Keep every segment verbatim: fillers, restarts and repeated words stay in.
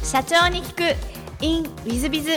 社長に聞く in ウィズビズ。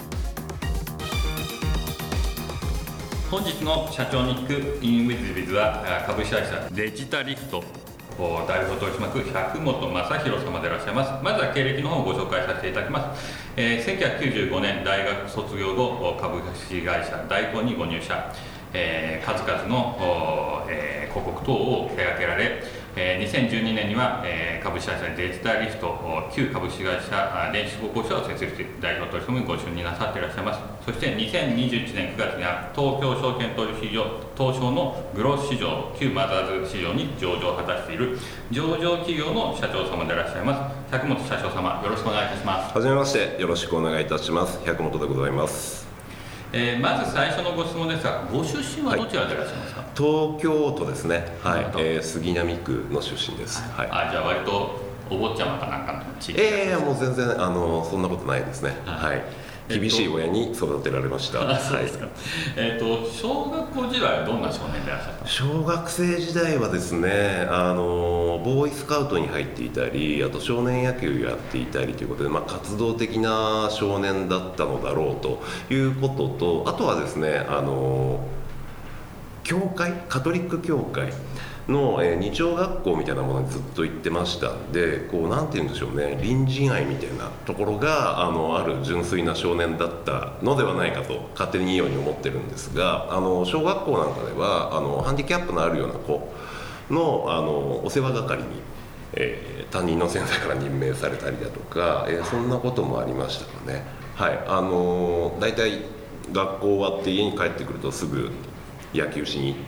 本日の社長に聞く in ウィズビズは株式会社デジタリフト代表取締役百本正弘様でいらっしゃいます。まずは経歴の方をご紹介させていただきます。えー、せんきゅうひゃくきゅうじゅうごねん大学卒業後株式会社大広にご入社、えー、数々の、えー、広告等を手掛けられ、えー、にせんじゅうにねんには、えー、株式会社デジタリフト旧株式会社電子広告社を設立し代表取締役ご就任なさっていらっしゃいます。そしてにせんにじゅういちねんくがつには東京証券取引所東証のグロース市場旧マザーズ市場に上場を果たしている上場企業の社長様でいらっしゃいます。百本社長様、よろしくお願いいたします。 はじめまして、よろしくお願いいたします。百本でございます。 えー、まず最初のご質問ですが、ご出身はどちらでいらっしゃいますか？ はい、東京都ですね。はい、えー、杉並区の出身です。はい。 あ、じゃあ割とお坊ちゃまかなんかの地域。 ええー、もう全然あのそんなことないですね。はい。はい、厳しい親に育てられました。 あ、そうですか。はい、えっと小学校時代はどんな少年でいらっしゃったんですか？ 小学生時代はですね、あのボーイスカウトに入っていたり、あと少年野球やっていたりということで、まあ、活動的な少年だったのだろうということと、あとはですね、あの教会カトリック教会の、えー、二丁学校みたいなものにずっと行ってましたんで、こうなんて言うんでしょうね、隣人愛みたいなところが あのある純粋な少年だったのではないかと勝手にいいように思ってるんですが、あの小学校なんかではあのハンディキャップのあるような子 の, あのお世話係に、えー、担任の先生から任命されたりだとか、えー、そんなこともありましたかね。はい、あのだいたい学校終わって家に帰ってくるとすぐ野球しに行って、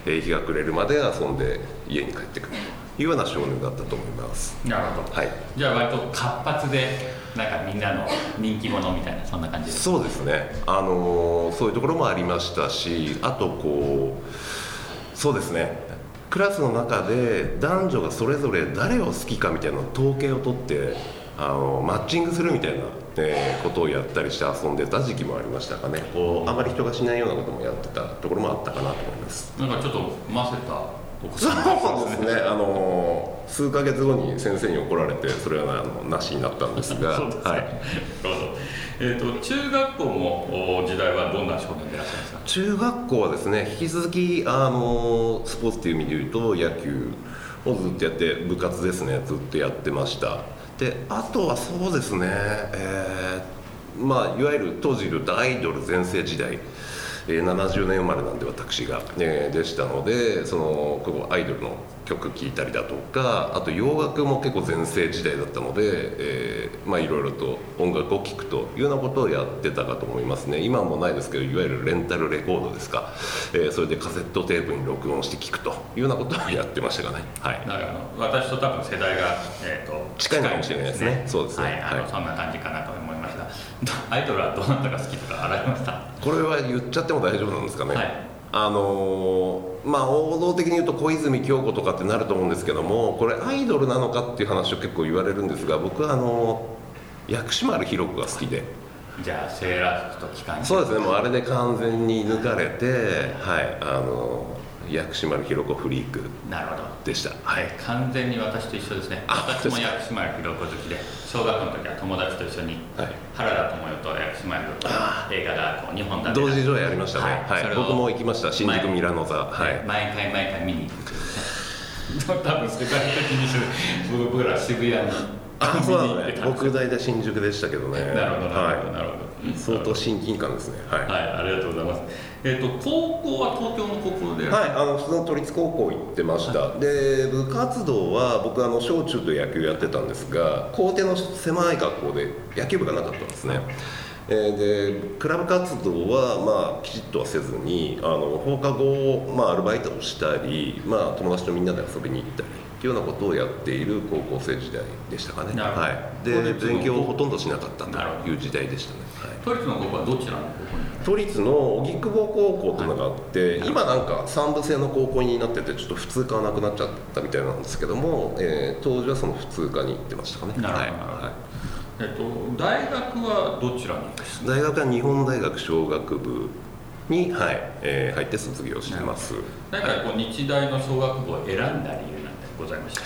えー、日が暮れるまで遊んで家に帰ってくるというような少年だったと思います。 なるほど。はい、じゃあ割と活発でなんかみんなの人気者みたいな、そんな感じですか？ そうですね、あのー、そういうところもありましたし、あとこうそうですね、クラスの中で男女がそれぞれ誰を好きかみたいな統計を取ってあのマッチングするみたいな、えー、ことをやったりして遊んでた時期もありましたかね。こうあまり人がしないようなこともやってたところもあったかなと思います。 なんかちょっとませたお子さんそうですね、あの数ヶ月後に先生に怒られて、それはあのなしになったんですがそうですか。はい、なるほど。えーと、中学校も時代はどんな少年でいらっしゃいますか？ 中学校はですね、引き続きあのスポーツという意味で言うと野球をずっとやって、部活ですね、ずっとやってました。であとはそうですね、えーまあ、いわゆる当時で言うとアイドル全盛時代、えー、ななじゅうねん生まれなんで私が、えー、でしたので、そのこうアイドルの曲聴いたりだとか、あと洋楽も結構全盛時代だったので、えーまあ、いろいろと音楽を聴くというようなことをやってたかと思いますね。今はもうないですけど、いわゆるレンタルレコードですか、えー、それでカセットテープに録音して聴くというようなことをやってましたかね。はい、 だから私と多分世代が、えー、と近いのかもしれないですね。そうですね、 はい、あの、はい、そんな感じかなと思いますが、アイドルはどなたが好きとかあられました？ これは言っちゃっても大丈夫なんですかね。はい、あのー、まあ王道的に言うと小泉今日子とかってなると思うんですけども、これアイドルなのかっていう話を結構言われるんですが、僕はあのー、薬師丸ひろ子が好きで。 じゃあセーラー服と機関そうですね、もうあれで完全に抜かれて、はい、あのー薬師丸ひろ子フリークでした。 はい、完全に私と一緒ですね。私も薬師丸ひろ子好きで、小学校の時は友達と一緒に、はい、原田知世と薬師丸ひろ子の映画がこう日本だけ同時上映ありましたね。はいはい、僕も行きました。新宿ミラノ座、 はい、毎回毎回見に行く多分世界的にする僕ら渋谷にあ、そうだね、僕大体新宿でしたけどね。 なるほどなるほど、なるほど、 相当親近感ですね。はい、 はい、ありがとうございます。えっと高校は東京の高校で、 はい、あの普通の都立高校行ってました。はい、で部活動は僕あの小中と野球やってたんですが、校庭の狭い学校で野球部がなかったんですね。えー、でクラブ活動は、まあ、きちっとはせずに、あの放課後、まあ、アルバイトをしたり、まあ、友達とみんなで遊びに行ったりというようなことをやっている高校生時代でしたかね。はい、で勉強をほとんどしなかったという時代でしたね。はい、 都立の高校はどちらの高校に？ 都立の荻窪高校というのがあって、はい、今なんか三部制の高校になってて、ちょっと普通科はなくなっちゃったみたいなんですけども、えー、当時はその普通科に行ってましたかね。 なるほど、はい、はい、えっと、大学はどちらにですか？ 大学は日本大学商学部に、はい、えー、入って卒業してます。 何かこう日大の商学部を選んだ理由なんてございました？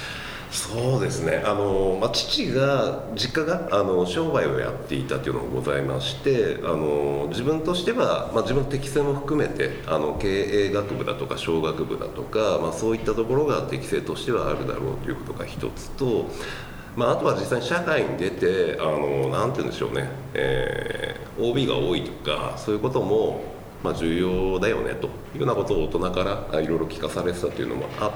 そうですね、あの、まあ、父が実家があの商売をやっていたというのもございまして、あの自分としては、まあ、自分の適性も含めてあの経営学部だとか商学部だとか、まあ、そういったところが適性としてはあるだろうということが一つと、まあ、あとは実際に社会に出てあのなんて言うんでしょうね、えー、オービー が多いとかそういうこともまあ、重要だよねというようなことを大人からいろいろ聞かされてたというのもあって、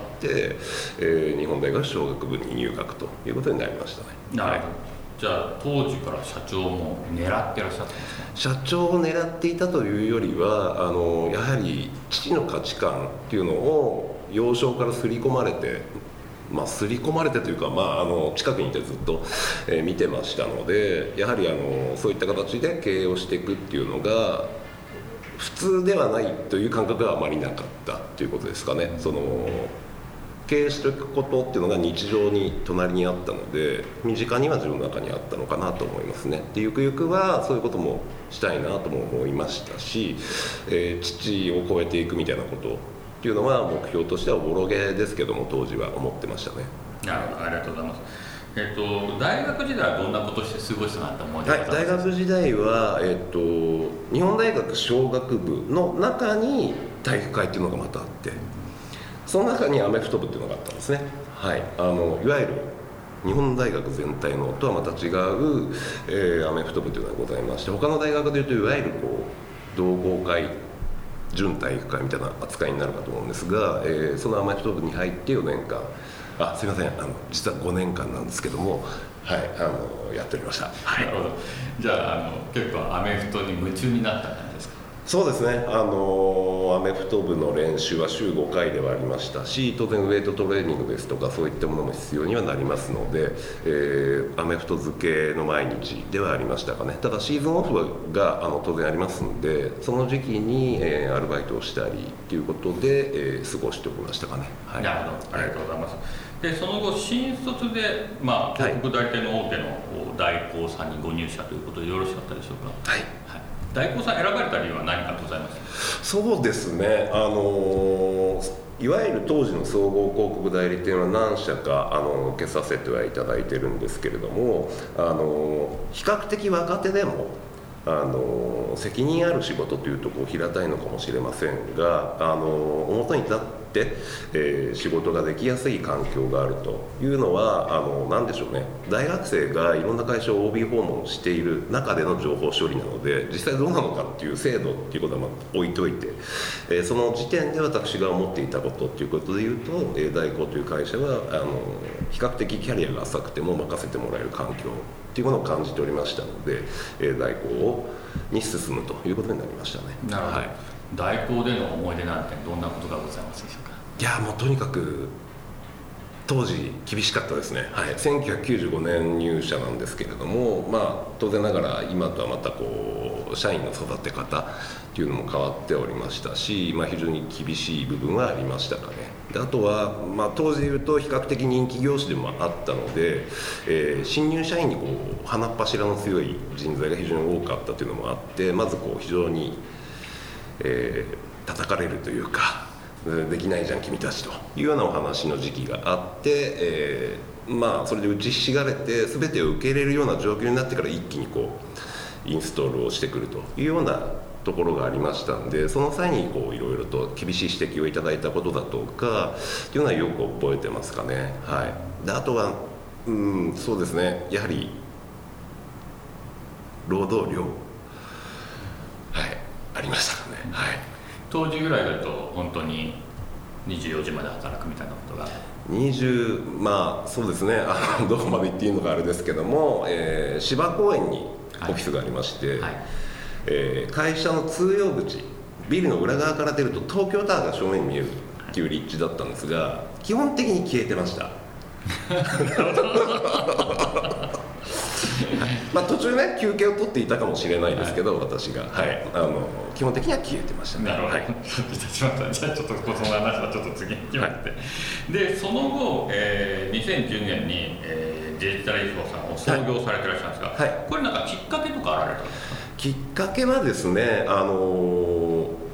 えー、日本大学商学部に入学ということになりましたね。 なるほど、はい、じゃあ当時から社長も狙ってらっしゃったんですか？ 社長を狙っていたというよりはあのやはり父の価値観っていうのを幼少から刷り込まれてまあ、刷り込まれてというか、まあ、あの近くにいてずっと、えー、見てましたのでやはりあのそういった形で経営をしていくっていうのが普通ではないという感覚があまりなかったということですかね。その経営していくことっていうのが日常に隣にあったので身近には自分の中にあったのかなと思いますね。でゆくゆくはそういうこともしたいなとも思いましたし、えー、父を超えていくみたいなことっていうのは目標としてはボロゲーですけども当時は思ってましたね。 なるほど、ありがとうございます。えっと、大学時代はどんなことして過ごしたかと思いますか？ はい、大学時代は、えっと、日本大学商学部の中に体育会っていうのがまたあってその中にアメフト部っていうのがあったんですね。はい、あのいわゆる日本大学全体のとはまた違う、えー、アメフト部というのがございまして他の大学でいうといわゆるこう同好会準体育会みたいな扱いになるかと思うんですが、えー、そのアメフト部に入ってよねんかんあすいませんあの実はごねんかんなんですけども、はい、あのやっておりました。はい、 なるほど。じゃあ、あの結構アメフトに夢中になった感じですか？ そうですね、あのアメフト部の練習は週ごかいではありましたし当然ウェイトトレーニングですとかそういったものも必要にはなりますので、えー、アメフト漬けの毎日ではありましたかね。ただシーズンオフがあの当然ありますのでその時期に、えー、アルバイトをしたりということで、えー、過ごしておりましたかね。はい、 なるほど、ありがとうございます。でその後新卒で、まあ、広告代理店の大手の大光さんにご入社ということでよろしかったでしょうか？はい、はい、大光さん選ばれた理由は何かございますか？ そうですね、あのいわゆる当時の総合広告代理店は何社かあの受けさせてはいただいてるんですけれどもあの比較的若手でもあの責任ある仕事というところを平たいのかもしれませんがあの表に立って、えー、仕事ができやすい環境があるというのはあの何でしょうね大学生がいろんな会社を オービー 訪問している中での情報処理なので実際どうなのかっていう制度っていうことはまあ置いといて、えー、その時点で私が思っていたことっていうことでいうと、えー、大光という会社はあの比較的キャリアが浅くても任せてもらえる環境っていうものを感じておりましたので、えー、大光をに進むということになりましたね。 なるほど、 はい、 大光での思い出なんてどんなことがございますでしょうか？ いやもうとにかく当時厳しかったですね。はい、せんきゅうひゃくきゅうじゅうごねん入社なんですけれども、まあ、当然ながら今とはまたこう社員の育て方っていうのも変わっておりましたし、まあ、非常に厳しい部分はありましたかね。であとは、まあ、当時でいうと比較的人気業種でもあったので、えー、新入社員にこう鼻っ柱の強い人材が非常に多かったというのもあってまずこう非常に、えー、叩かれるというかできないじゃん君たちというようなお話の時期があって、えー、まあそれで打ちひしがれて全てを受け入れるような状況になってから一気にこうインストールをしてくるというようなところがありましたんでその際にこういろいろと厳しい指摘をいただいたことだとかというのはよく覚えてますかね。はい、であとはうんそうですねやはり労働量はいありましたかね。はい、 当時ぐらいだと本当ににじゅうよじまで働くみたいなことがにじゅうまあそうですねあのどこまで行っていいのかあれですけども、えー、芝公園にオフィスがありまして、はいはい、えー、会社の通用口ビルの裏側から出ると東京タワーが正面に見えるっていう立地だったんですが基本的に消えてましたまあ途中ね休憩を取っていたかもしれないですけど、はい、私が、はい、あの基本的には消えてましたね。 なるほど、はい、じゃあちょっとその話はちょっと次に決まって、はい、でその後、えー、にせんじゅうねんに、えー、デジタルインフォさんを創業されてらっしゃるんですが、はい、これなんかきっかけとかあられたんですか？ きっかけはですねあの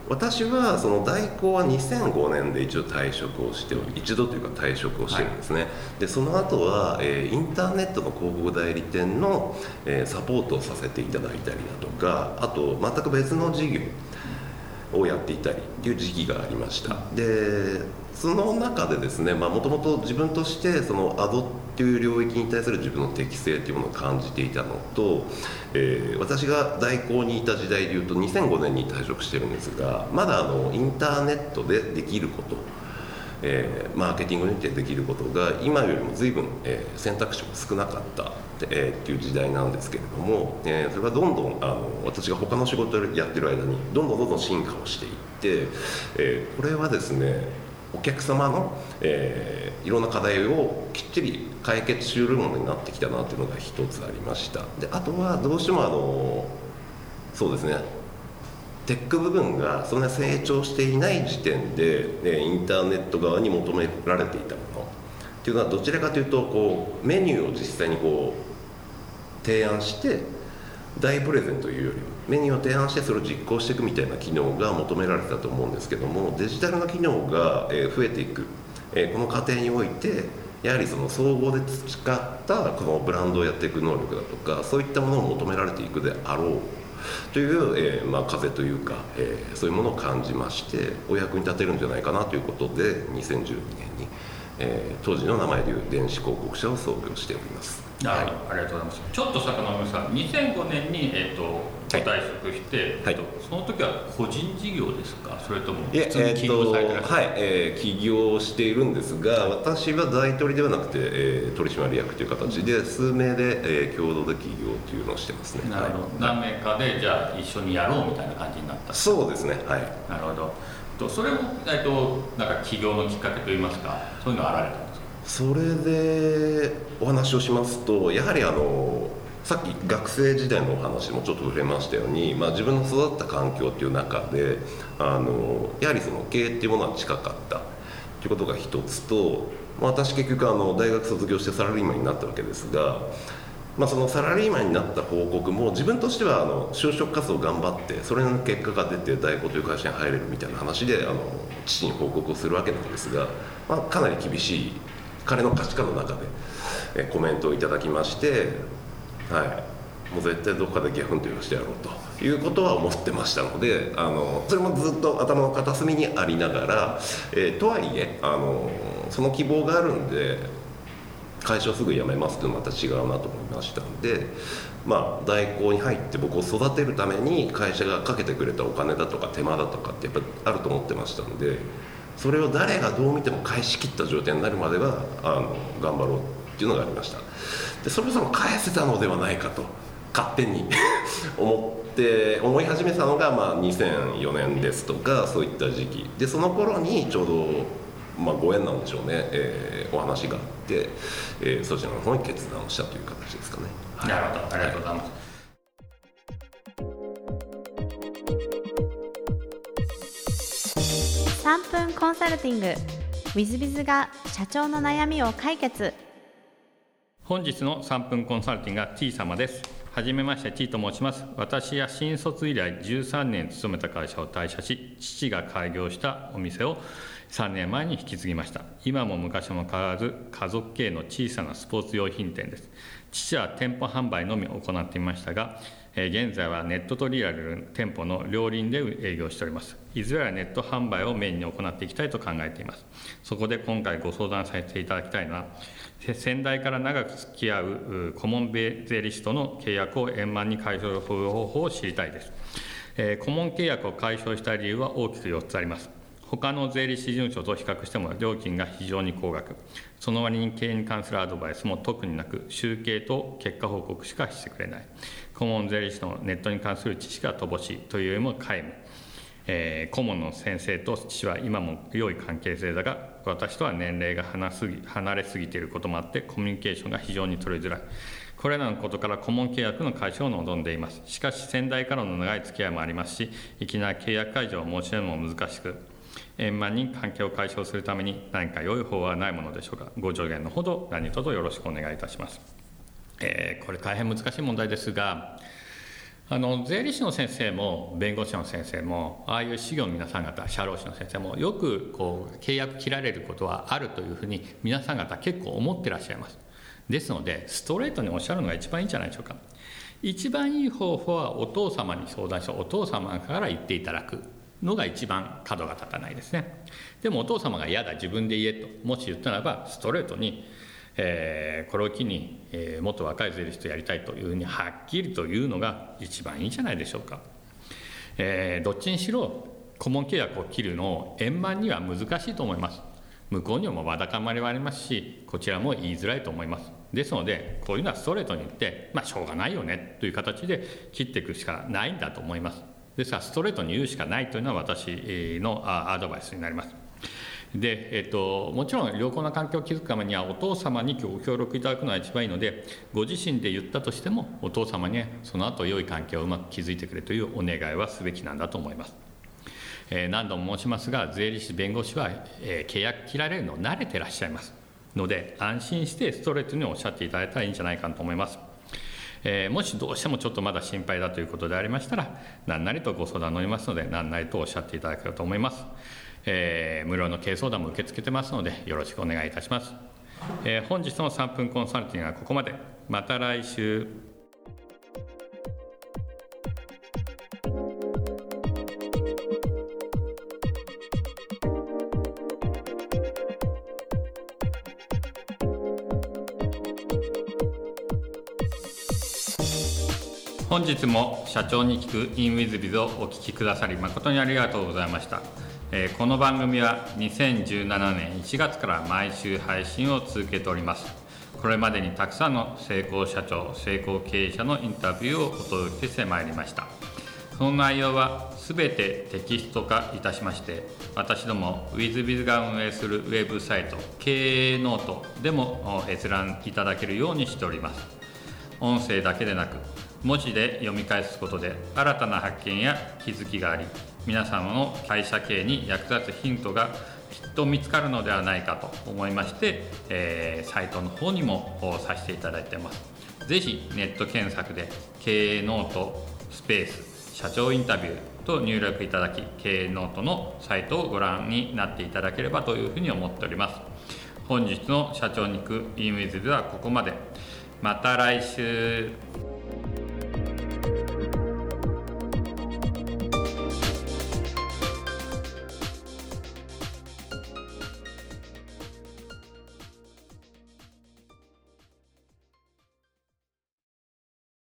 私はその代行はにせんごねんで一度退職をして一度というか退職をしてるんですね、はい、でその後は、えー、インターネットの広告代理店の、えー、サポートをさせていただいたりだとか、あと全く別の事業をやっていたりという時期がありました。でその中でですね、もともと自分としてそのアドっていう領域に対する自分の適性というものを感じていたのと、えー、私が代行にいた時代でいうとにせんごねんに退職してるんですが、まだあのインターネットでできること、えー、マーケティングにてできることが今よりも随分、えー、選択肢も少なかった、えー、っていう時代なんですけれども、えー、それがどんどんあの私が他の仕事をやってる間にどんどんどんどん進化をしていって、えー、これはですねお客様の、えー、いろんな課題をきっちり解決しうるものになってきたなというのが一つありました。であとはどうしてもあのそうですねテック部分がそんな成長していない時点で、えインターネット側に求められていたものっていうのはどちらかというとこうメニューを実際にこう提案して大プレゼンというよりはメニューを提案してそれを実行していくみたいな機能が求められたと思うんですけども、デジタルの機能が増えていくこの過程においてやはりその総合で培ったこのブランドをやっていく能力だとかそういったものを求められていくであろうという、えーまあ、風というか、えー、そういうものを感じましてお役に立てるんじゃないかなということでにせんじゅうにねんに、えー、当時の名前でいう電子広告社を創業しております。 はい、ありがとうございます。ちょっと遡りました。にせんごねんに、えー、と退職して、はい、えー、とその時は個人事業ですか、それとも普通に起業されてらっしゃる？ はい、えー、起業しているんですが、私は代取りではなくて、えー、取締役という形で数名で、えー、共同で起業というのをしてますね。 なるほど、はい、何名かでじゃあ一緒にやろうみたいな感じになった？ そうですね、はい。 なるほど。それも、えー、となんか起業のきっかけといいますか、そういうのがあられたんですか？ それでお話をしますと、やはりあのさっき学生時代のお話もちょっと触れましたように、まあ、自分の育った環境という中であのやはりその経営っていうものは近かったということが一つと、まあ、私結局あの大学卒業してサラリーマンになったわけですが、まあ、そのサラリーマンになった報告も自分としてはあの就職活動頑張ってそれの結果が出て代行という会社に入れるみたいな話であの父に報告をするわけなんですが、まあ、かなり厳しい彼の価値観の中でえコメントをいただきまして、はい、もう絶対どこかでギャフンと言わしてやろうということは思ってましたので、あのそれもずっと頭の片隅にありながら、えー、とはいえあのその希望があるんで会社をすぐ辞めますというのはまた違うなと思いましたので、まあ、代行に入って僕を育てるために会社がかけてくれたお金だとか手間だとかってやっぱあると思ってましたので、それを誰がどう見ても返し切った状態になるまではあの頑張ろうっていうのがありました。でそろそろ返せたのではないかと勝手に思って思い始めたのが、まあ、にせんよねんですとかそういった時期で、その頃にちょうど、まあ、ご縁なんでしょうね、えー、お話があって、えー、そちらの方に決断をしたという形ですかね。 なるほど、ありがとうございます。 さんぷんコンサルティング ウィズビズ が社長の悩みを解決。 本日のさんぷんコンサルティングが T 様です。はじめまして T と申します。私は新卒以来じゅうさんねん勤めた会社を退社し、父が開業したお店をさんねんまえに引き継ぎました。今も昔も変わらず家族経営の小さなスポーツ用品店です。父は店舗販売のみ行っていましたが、現在はネットとリアル店舗の両輪で営業しております。いずれはネット販売をメインに行っていきたいと考えています。そこで今回ご相談させていただきたいのは、先代から長く付き合う顧問税理士との契約を円満に解消する方法を知りたいです。顧問契約を解消した理由は大きくよっつあります。他の税理士事務所と比較しても料金が非常に高額、その割に経営に関するアドバイスも特になく、集計と結果報告しかしてくれない。顧問税理士のネットに関する知識が乏しいというよりも皆無。えー、顧問の先生と父は今も良い関係性だが、私とは年齢が離すぎ離れすぎていることもあってコミュニケーションが非常に取りづらい。これらのことから顧問契約の解消を望んでいます。しかし先代からの長い付き合いもありますし、いきなり契約解除を申し出るのも難しく、円満に関係を解消するために何か良い方はないものでしょうか。ご助言のほど何卒よろしくお願いいたします。えー、これ大変難しい問題ですが、 あの税理士の先生も弁護士の先生もああいう事業の皆さん方、社労士の先生もよくこう契約切られることはあるというふうに皆さん方結構思ってらっしゃいます。ですのでストレートにおっしゃるのが一番いいんじゃないでしょうか。一番いい方法はお父様に相談してお父様から言っていただくのが一番角が立たないですね。でもお父様が嫌だ、自分で言えともし言ったならばストレートに、えー、これを機に、えー、もっと若い税理士とやりたいというふうにはっきりというのが一番いいんじゃないでしょうか。えー、どっちにしろ顧問契約を切るのを円満には難しいと思います。向こうにもわだかまりはありますし、こちらも言いづらいと思います。ですのでこういうのはストレートに言って、まあしょうがないよねという形で切っていくしかないんだと思います。ですからストレートに言うしかないというのは私のアドバイスになります。で、えっと、もちろん良好な関係を築くためにはお父様にご協力いただくのが一番いいので、ご自身で言ったとしてもお父様にその後良い関係をうまく築いてくれというお願いはすべきなんだと思います。えー、何度も申しますが税理士弁護士は、えー、契約切られるの慣れてらっしゃいますので、安心してストレートにおっしゃっていただいたらいいんじゃないかと思います。えー、もしどうしてもちょっとまだ心配だということでありましたら何なりとご相談乗りますので何なりとおっしゃっていただければと思います。えー、無料の経営相談も受け付けてますのでよろしくお願いいたします。えー、本日のさんぷんコンサルティングはここまで。また来週。本日も社長に聞く インウィズビズ をお聞きくださり誠にありがとうございました。えー、この番組はにせんじゅうななねんいちがつから毎週配信を続けております。これまでにたくさんの成功社長、成功経営者のインタビューをお届けしてまいりました。その内容はすべてテキスト化いたしまして、私ども ウィズビズ が運営するウェブサイト経営ノートでも閲覧いただけるようにしております。音声だけでなく文字で読み返すことで新たな発見や気づきがあり、皆様の会社経営に役立つヒントがきっと見つかるのではないかと思いまして、えー、サイトの方にもさせていただいています。ぜひネット検索で経営ノートスペース社長インタビューと入力いただき、経営ノートのサイトをご覧になっていただければというふうに思っております。本日の社長に行く インウィズ ではここまで。また来週。